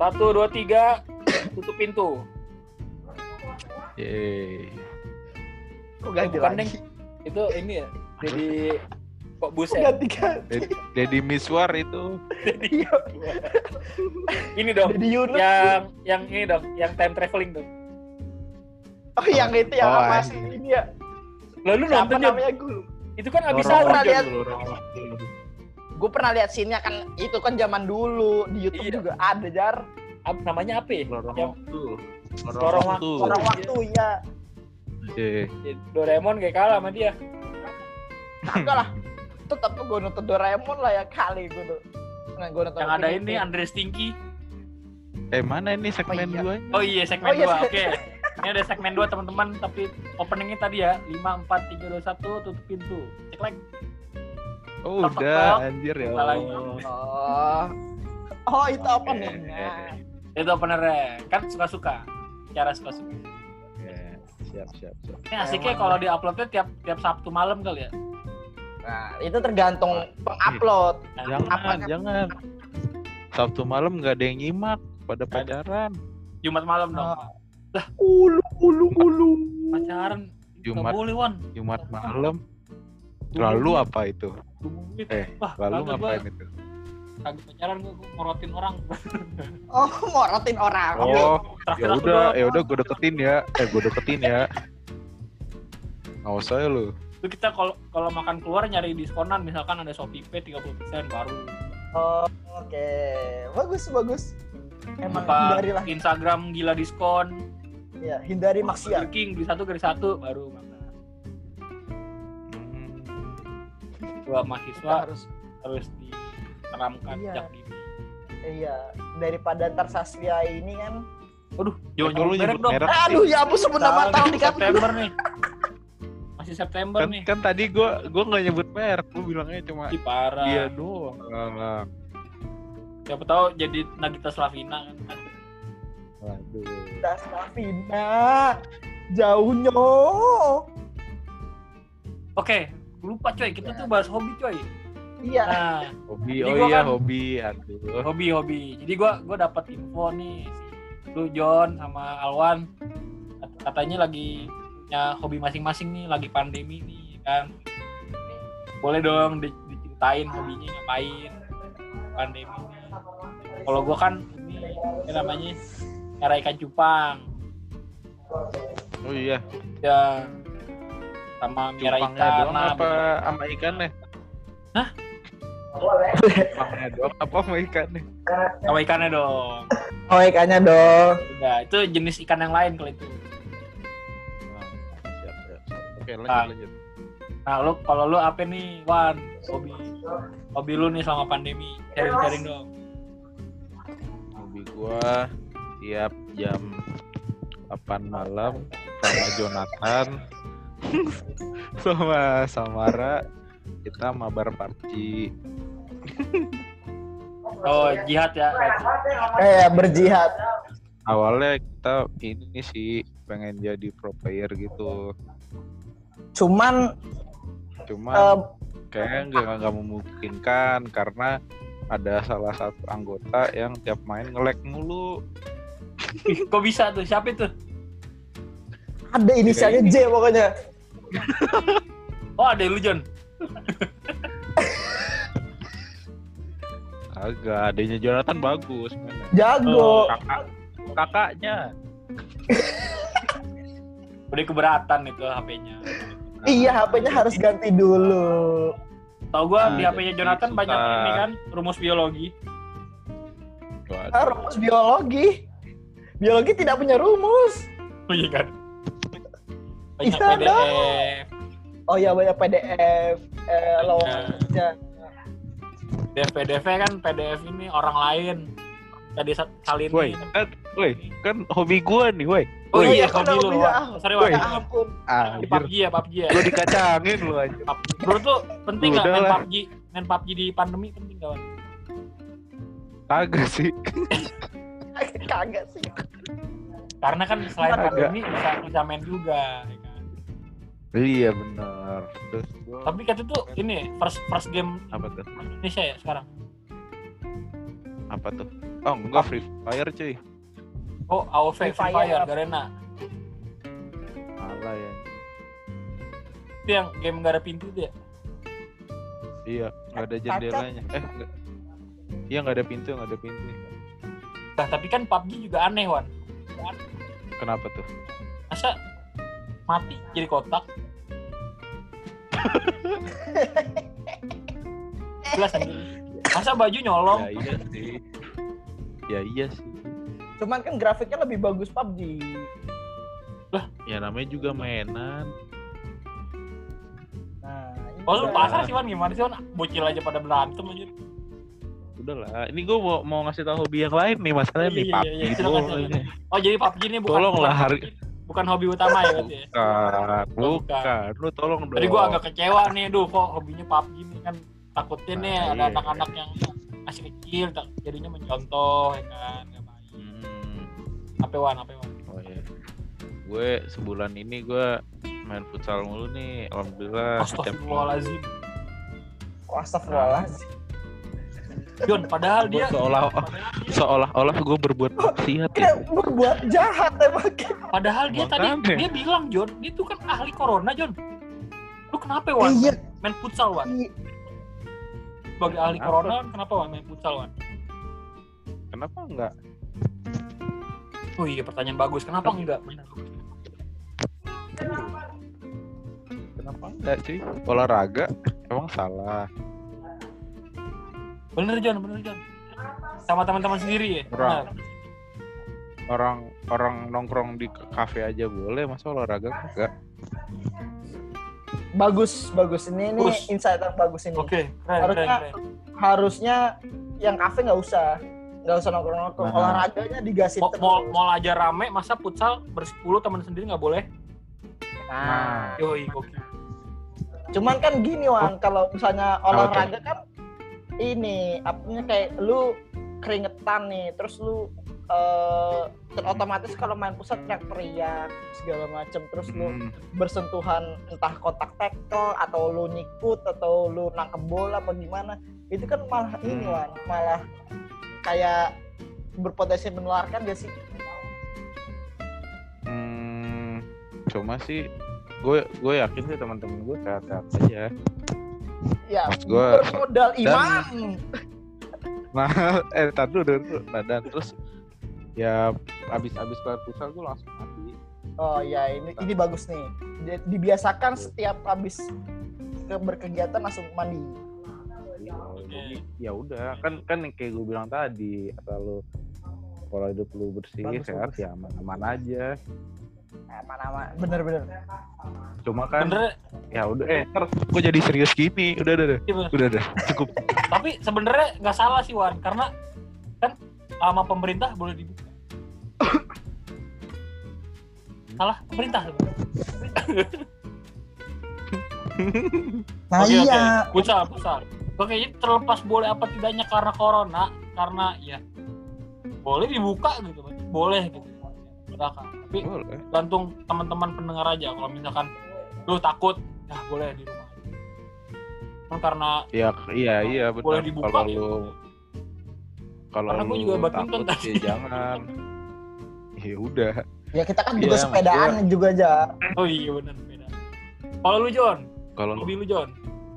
1, 2, 3, tutup pintu. Yeay. Kok ganti Bukan, lagi? Neng. Itu ini ya. Jadi kok Kok buset. ganti-ganti? Deddy Miswar itu. Iya. Ini dong. Jadi Yunus. Yang ini dong, yang time traveling tuh. Oh, yang itu yang Oh, apa anjing. sih ini ya? Lalu Siapa nonton Jon? namanya gue? Itu kan abis Lorong sahur waktu. Jon. Gue pernah lihat scene-nya kan, itu kan zaman dulu di YouTube Iya. juga ada Jar. Namanya apa ya? Lorong Yang waktu. Lorong waktu. Orang waktu ya. Yeay. Doraemon kayak kalah sama dia. Enggak lah. Tetap gue nonton Doraemon lah ya kali gue tuh. Nah, gue nonton Yang ada film ini itu. Andre Stinky. Mana ini segmen Oh, iya. 2? Oh iya, segmen Oh, iya, 2. Oke. Ini ada segmen 2 teman-teman, tapi openingnya tadi ya 5, 4, 3, 2, 1, tutup pintu. Cek like. Oh, Tok, tok, udah tok. anjir ya. Salah lagi. Allah. Oh itu apa Oke. nih? Itu openernya. Kan suka-suka. Cara suka-suka. Oke, siap. Ini asiknya kalau di-uploadnya tiap Sabtu malam kali ya. Nah itu tergantung pengupload. Jangan. Sabtu malam nggak ada yang nyimak pada pacaran. Jumat malam dong. Ulu. Pacaran Jumat. nggak boleh, Wan. Jumat malam. Lalu apa itu? Duit. Lalu kagak ngapain gua. itu? Kagak pacaran gua morotin orang. Oh morotin orang. Oh, Traktir ya aku udah, dong. gue deketin ya. Nggak usah ya lu. Itu kita kalau makan keluar nyari diskonan, misalkan ada Shopee Pay 30% baru. Oh, oke. Bagus. Emang Buka hindari lah. Instagram gila diskon. Ya, hindari Burger maksiat. King beli 1 gratis 1 baru makan. Dua mahasiswa Harus. harus diteramkan Iya. sejak dini. Iya, daripada ntar Saskia ini kan. Waduh, Kalau jangan lu merek nyebut dong. merek, Aduh, ya ampun sebut nama tahun di September nih. Masih September nih. kan tadi gue nggak nyebut merek, gue bilangnya cuma Ih, parah. dia doang. Siapa tahu jadi Nagita Slavina kan. Waduh. Daslavina. Jauhnya. Oke, lupa coy, kita tuh bahas hobi coy. Iya. Nah, Hobi, Jadi oh gua iya kan- hobi, aduh. hobi. Jadi gua dapat info nih si lu John sama Alwan katanya lagi punya hobi masing-masing nih, lagi pandemi nih kan. Boleh dong diceritain hobinya ngapain pandemi nih. Kalau gua kan ini namanya nyara ikan cupang. Oh iya, Ya sama miara cupangnya ikan doang lah, apa sama ikannya? Hah? Cupangnya doang apa sama ikannya? sama ikannya dong. Oh, ikannya dong. Udah, itu jenis ikan yang lain kalau itu. Siap. Oke, Ah. lanjut. Nah, kalau lu apa nih, Wan? Hobi lu nih selama pandemi. Sharing dong. Hobi gua tiap jam 8 malam sama Jonathan sama Samara kita mabar PUBG. Oh, jihad ya. Berjihad. Awalnya kita ini sih pengen jadi pro player gitu. Cuman Kayaknya nggak memungkinkan karena ada salah satu anggota yang tiap main nge-lag mulu. Ih, kok bisa tuh? Siapa itu? ada inisialnya J pokoknya. Oh, ada lu, John. Agak, adanya Jonathan bagus mainnya. Jago. Kakaknya. Udah keberatan itu HP-nya. Iya, HP-nya harus ganti dulu. Tahu gua Nah, di HP-nya jadi Jonathan susah. banyak ini kan, rumus biologi. Waduh. Rumus biologi. Biologi tidak punya rumus. Oh iya kan. Banyak Iya, PDF. Oh ya, banyak PDF, lowongan kerja. PDF kan PDF ini orang lain. Tadi salin. Woi, kan hobi gua nih, woi. Oh Oh iya, iya, kan hobi lu. hobinya. Wah. Sorry, Woi. Wak. Ya ampun. Di PUBG ya. Lu dikacangin lu aja. Bro tuh penting nggak Udah main lah. PUBG? Main PUBG di pandemi penting gak, Wan? Kagak sih. Kagak sih. Karena kan selain Kagak. pandemi bisa main juga, ya kan? Iya benar. Terus gua Tapi kata tuh ini first game apa tuh? Indonesia ya sekarang. Apa tuh? Oh enggak, Free Fire cuy. Oh, AoV, Free Free Fire, Fire. Garena. Salah ya. Itu yang game nggak ada pintu tuh ya? Iya, nggak ada jendelanya. Enggak. Iya nggak ada pintu. Nah, tapi kan PUBG juga aneh, Wan. Kenapa tuh? Masa mati jadi kotak? Jelas anjing. Masa baju nyolong? Ya iya sih. Cuman kan grafiknya lebih bagus PUBG. Ya namanya juga mainan. Nah, Oh, lu iya. pasar sih, Wan. Gimana sih, Wan? Bocil aja pada berantem aja. Udahlah, ini gue mau ngasih tahu hobi yang lain nih, masalahnya nih PUBG silakan, doang. silakan. Oh, jadi PUBG ini Tolonglah bukan hobi utama ya, berarti ya? Bukan. Lu tolong dong. Tadi gue agak kecewa nih, kok hobinya PUBG nih kan. Takutnya nih ada iya. anak-anak yang masih kecil, jadinya mencontoh, ya kan? Gak baik. Apa Wan? Oh iya. Gue sebulan ini gue main futsal mulu nih, alhamdulillah. Astagfirullahaladzim. Astagfirullahaladzim. Jon, padahal dia seolah-olah gue berbuat maksiat ya. Kayak berbuat jahat emang. Padahal dia tadi Makanya. dia bilang, Jon, dia tuh kan ahli corona, Jon. Lu kenapa, Wan? Iya. Main futsal, Wan. Sebagai ahli Kenapa? corona, kenapa Wan main futsal, Wan? Kenapa enggak? Oh iya, pertanyaan bagus. Kenapa enggak? Kenapa enggak cuy? Olahraga emang salah. Bener, Jon. Sama teman-teman sendiri ya? Benar. Benar. Orang nongkrong di kafe aja boleh, masa olahraga enggak? Bagus. Ini Bagus. insight yang bagus ini. Oke, keren. Harusnya yang kafe nggak usah nongkrong. Nah. Olahraganya digasin terus. Mall aja rame, masa futsal bersepuluh teman sendiri nggak boleh? Nah, Yoi, oke. cuman kan gini Wan, kalau misalnya olahraga kan ini apanya kayak lu keringetan nih, terus lu otomatis kalau main pusat teriak segala macem, terus lu bersentuhan entah kotak tackle atau lu nyikut atau lu nangkep bola apa gimana, itu kan malah ini Wan, malah kayak berpotensi menularkan gak sih? Cuma sih gue yakin sih teman-teman gue sehat-sehat aja. Ya, Mas gua- bermodal iman. Nah, tar dulu. Nah, dan terus ya abis kelar futsal gue langsung mandi. Oh ya, ini bagus nih. Dibiasakan setiap habis berkegiatan langsung mandi. Jadi ya udah, kan yang kayak gue bilang tadi, asal lu pola hidup lu bersih, Bagus, sehat, bagus. ya aman-aman aja. Aman-aman. Bener. Cuma kan Bener, ya udah, ntar gue jadi serius gini. Udah, cukup. tapi sebenarnya nggak salah sih, Wan, karena kan sama pemerintah boleh dibuka. Salah pemerintah sebenarnya. Nah Oke, iya. futsal. Oke, jadi terlepas boleh apa tidaknya karena corona, karena ya boleh dibuka gitu, boleh gitu. Silakan. Tapi Boleh. gantung teman-teman pendengar aja. Kalau misalkan lu takut, ya boleh di rumah. Kan karena Iya boleh benar. dibuka Kalau gitu. lu Karena gue lu juga badminton takut, tadi. ya jangan. Ya udah. Ya kita kan Iya, juga sepedaan juga aja. Oh iya benar beda. Kalau lu Jon, Kalau hobi lu Jon,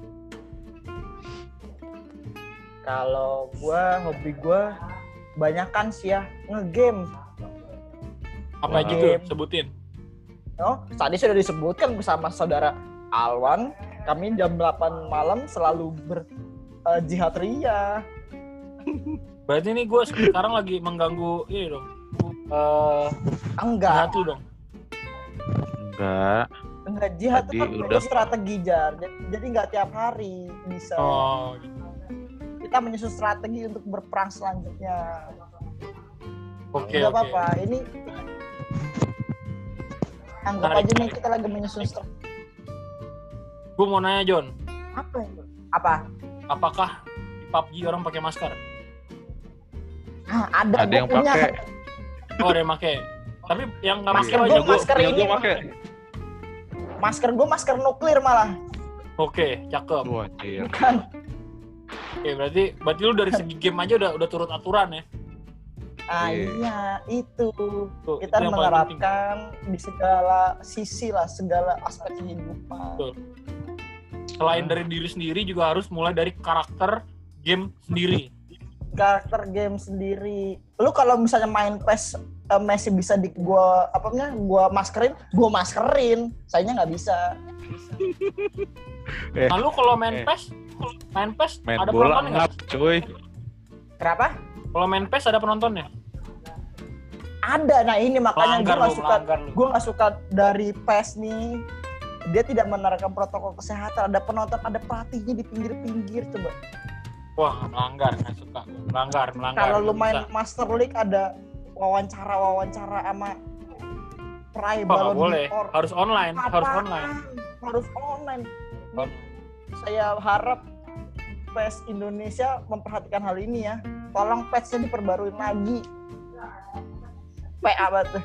Kalau hobi gua banyakan sih ya ngegame. apa Wah. aja tuh sebutin? Oh, tadi sudah disebutkan bersama saudara Alwan, kami jam 8 malam selalu berjihad ria. Berarti ini gue sekarang lagi mengganggu ini dong. Enggak, Satu dong. enggak, jihad itu Tadi kan udah. butuh strategi Jar. Jadi nggak tiap hari bisa. Oh, gitu. Kita menyusun strategi untuk berperang selanjutnya. Oke. Nggak apa-apa. Ini anggap Tarik. aja nih kita lagi menyusun strategi. Gue mau nanya Jon, Apa itu? Apa? apakah di PUBG orang pakai masker? Ada Ada yang gua punya. pakai. Oh, ada yang pakai. Tapi yang nggak pakai Masker aja gua gue. masker Punya ini. gue pakai. Masker gue masker nuklir malah. Oke, cakep. Wah, iya. Bukan. Oke, berarti lu dari segi game aja udah turut aturan ya. Iya, itu. Tuh, Kita itu yang paling menerapkan di segala sisi lah, segala aspek kehidupan. Betul. Selain dari diri sendiri juga harus mulai dari karakter game sendiri. Karakter game sendiri. Lu kalau misalnya main PES masih bisa gua maskerin. Sayanya nggak bisa. Nah, lu kalau main PES Main ada bola penontonnya ngap, nggak? cuy. Kenapa? Kalau main PES ada penontonnya? Ada. Nah ini makanya Melanggar lu. gue nggak suka dari PES nih. Dia tidak menerapkan protokol kesehatan. Ada penonton, ada pelatihnya di pinggir-pinggir. Coba. Wah, melanggar, nggak suka. Melanggar. Kalau lu nggak main bisa. Master League ada wawancara sama peraih Wah, nggak balon boleh. d'Or. Harus online. Harus online. Saya harap PES Indonesia memperhatikan hal ini ya. Tolong patch-nya diperbaruin lagi. PA banget.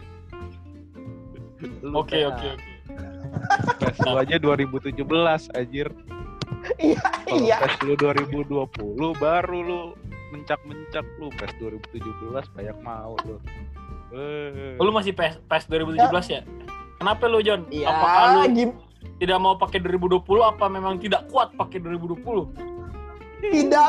Oke. PES lu aja 2017 anjir. Iya. PES lu 2020 baru lu mencak-mencak lu. PES 2017 banyak mau lu. Lu masih PES 2017 ya? Kenapa lu, John? Iya. Apakah lu tidak mau pakai 2020 apa memang tidak kuat pakai 2020? Tidak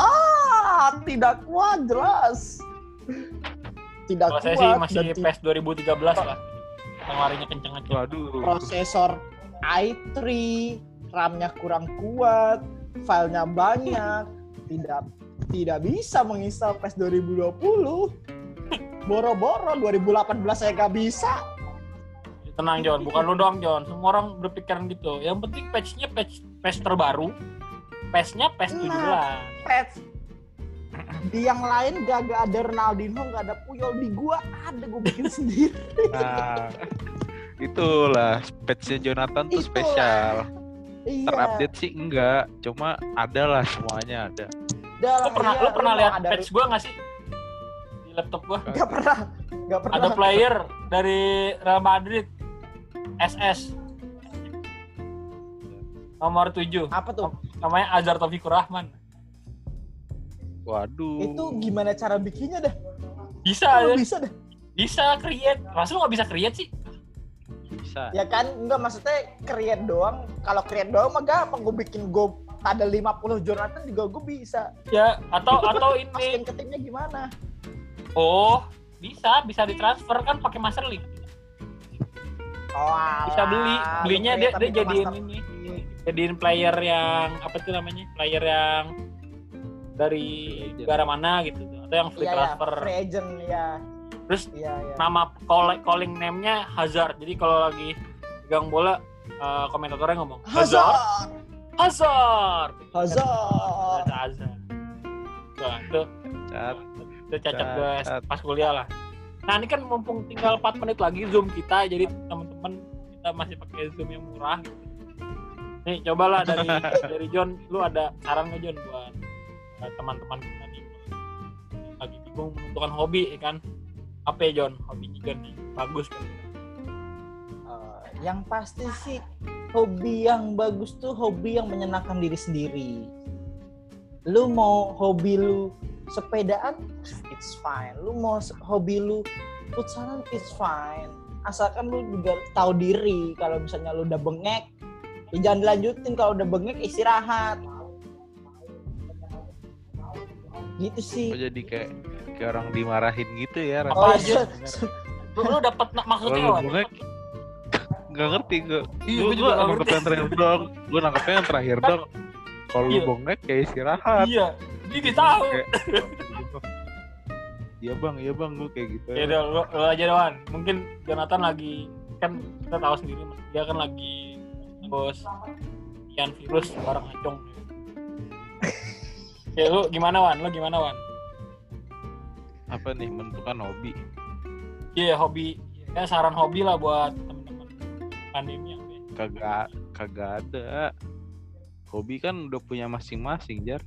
kuat jelas. Tidak Kalau kuat. saya sih masih dan PES 2013 lah. Yang larinya kenceng-kenceng. Waduh. prosesor i3, RAM-nya kurang kuat, filenya banyak, tidak bisa menginstal PES 2020. Boro-boro 2018 saya nggak bisa. Tenang, John, bukan lu doang, John. Semua orang berpikiran gitu. Yang penting patch-nya patch terbaru. PES-nya PES 17. Patch di yang lain gak ada Ronaldinho, gak ada Puyol. Di gua ada, gua bikin sendiri. Nah, itulah patch-nya Jonathan tuh Itulah. spesial. Iya. Terupdate sih enggak, cuma ada lah, semuanya ada. Lu pernah lihat patch gua nggak sih di laptop gua? Gak pernah. Ada player dari Real Madrid SS nomor 7. Apa tuh? Namanya Azhar Taufikur Rahman. Waduh. Itu gimana cara bikinnya dah? Bisa Lu ya? bisa dah. Bisa create. Masa lu nggak bisa create sih? Bisa. Ya kan, enggak maksudnya create doang. Kalau create doang mah gampang, gue bikin ada 50 Jonathan juga gue bisa. Ya, atau ini. Masukin ke timnya gimana? Oh, bisa ditransfer kan pakai Master League. Oh, Bisa belinya dia jadiin Master. ini. Jadiin player yang apa tuh namanya? Player yang dari negara mana gitu atau yang free transfer. Free agent ya. Terus Iya. nama calling name-nya Hazard. Jadi kalau lagi pegang bola komentatornya ngomong Hazard. Hazard. Nah, itu cacat gue pas kuliah lah. Nah, ini kan mumpung tinggal 4 menit lagi Zoom kita, jadi teman-teman kita masih pakai Zoom yang murah gitu. Nih, cobalah dari John, lu ada saran nggak John buat teman-teman kita nih lagi bingung menentukan hobi ya kan? Apa ya John? Hobinya John nih bagus kan? Yang pasti sih hobi yang bagus tuh hobi yang menyenangkan diri sendiri. Lu mau hobi lu sepedaan, it's fine. Lu mau hobi lu futsalan, it's fine. Asalkan lu juga tahu diri. Kalau misalnya lu udah bengek, ya jangan dilanjutin. Kalau udah bengek, istirahat. Gitu sih. Oh, jadi kayak orang dimarahin gitu ya. Apa rasanya. aja? Lu dapet maksudnya Kalau Wan? bengek nggak ngerti gue. Iya, Gue gua juga nggak nangkep yang terakhir dong. Gue nangkepnya yang terakhir dong. Kalau lu Iya. bengek kayak istirahat. Iya, dia tahu. Iya bang, gue kayak gitu. Ya udah, lu aja Wan. Mungkin Jonathan lagi kan kita tahu sendiri dia kan lagi bos kian virus bareng Acong. Ya lu gimana Wan? Apa nih menentukan hobi? Iya hobi, ya saran hobi lah buat teman-teman pandemi yang Kagak ada. Hobi kan udah punya masing-masing, Jar.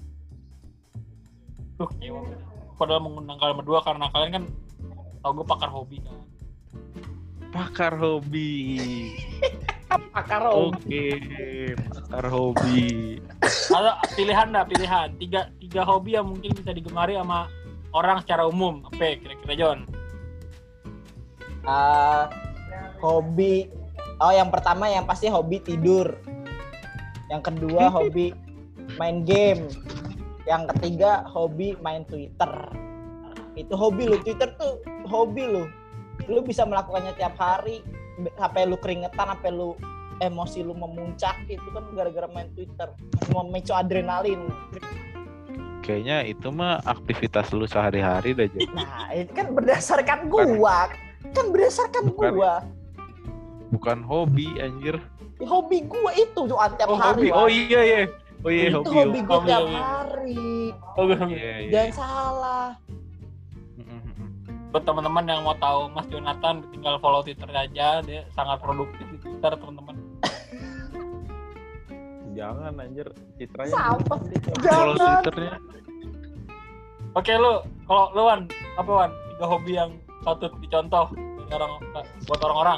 tuh kecewa. Padahal mengundang kalian berdua karena kalian kan tau gue pakar hobi kan. Pakar hobi. Pakar hobi. Oke, pakar hobi. Ada pilihan. Tiga hobi yang mungkin bisa digemari sama orang secara umum? Apa kira-kira John? Hobi. Yang pertama yang pasti hobi tidur. Yang kedua hobi main game. Yang ketiga hobi main Twitter. Itu hobi lu. Twitter tuh hobi lu. Lu bisa melakukannya tiap hari sampai lu keringetan, sampai lu emosi lu memuncak, itu kan gara-gara main Twitter. Memicu adrenalin. Kayaknya itu mah aktivitas lu sehari-hari dah jadi. Nah, itu kan berdasarkan gua. Kan berdasarkan gua. Bukan hobi anjir. Hobi gua itu tuh tiap Hobi. hari. Oh iya. Oh iya itu hobi gua tiap hari. Iya. Jangan salah. Buat teman-teman yang mau tahu Mas Jonathan, tinggal follow Twitter aja, dia sangat produktif di Twitter, teman-teman. Jangan anjir, citranya. Sampah. Follow Jangan. Twitternya. Oke, kalau lu Wan, apa Wan? 3 hobi yang patut dicontoh buat orang-orang.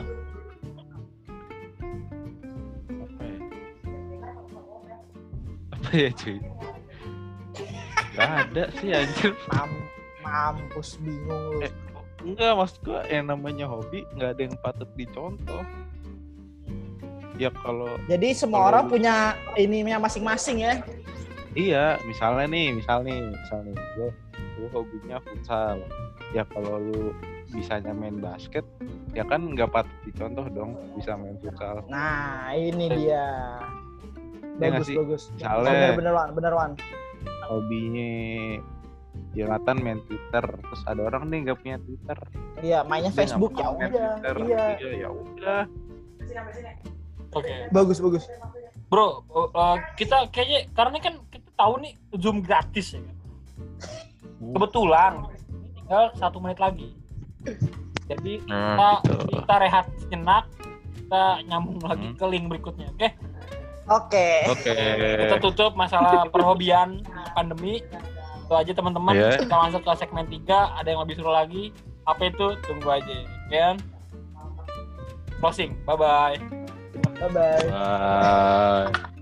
Apa ya cuy? Gak ada sih anjir. Mampus bingung lu. Enggak, maksud gua yang namanya hobi nggak ada yang patut dicontoh. Ya kalau Jadi semua orang punya ininya masing-masing ya. iya, misalnya nih, gua hobinya futsal. Ya kalau lu bisanya main basket, ya kan nggak patut dicontoh dong bisa main futsal. Nah, ini dia. Ya nggak Bagus, sih? bagus. Misalnya Bener Wan. hobinya Jonathan main Twitter, terus ada orang nih nggak punya Twitter. Iya, mainnya Dia Facebook nggak ya mau main udah. Twitter. Iya. Iya, ya udah. Oke. Bagus. Bro, kita kayaknya karena ini kan kita tahu nih Zoom gratis ya kan. Kebetulan tinggal 1 menit lagi. Jadi kita rehat sejenak, kita nyambung lagi ke link berikutnya. Oke. Oke. Kita tutup masalah perhobian pandemi. Itu aja teman-teman. Yeah. Kita masuk ke segmen 3. Ada yang lebih seru lagi. Apa itu? Tunggu aja. Ya. Closing. Bye-bye. Bye-bye. Bye.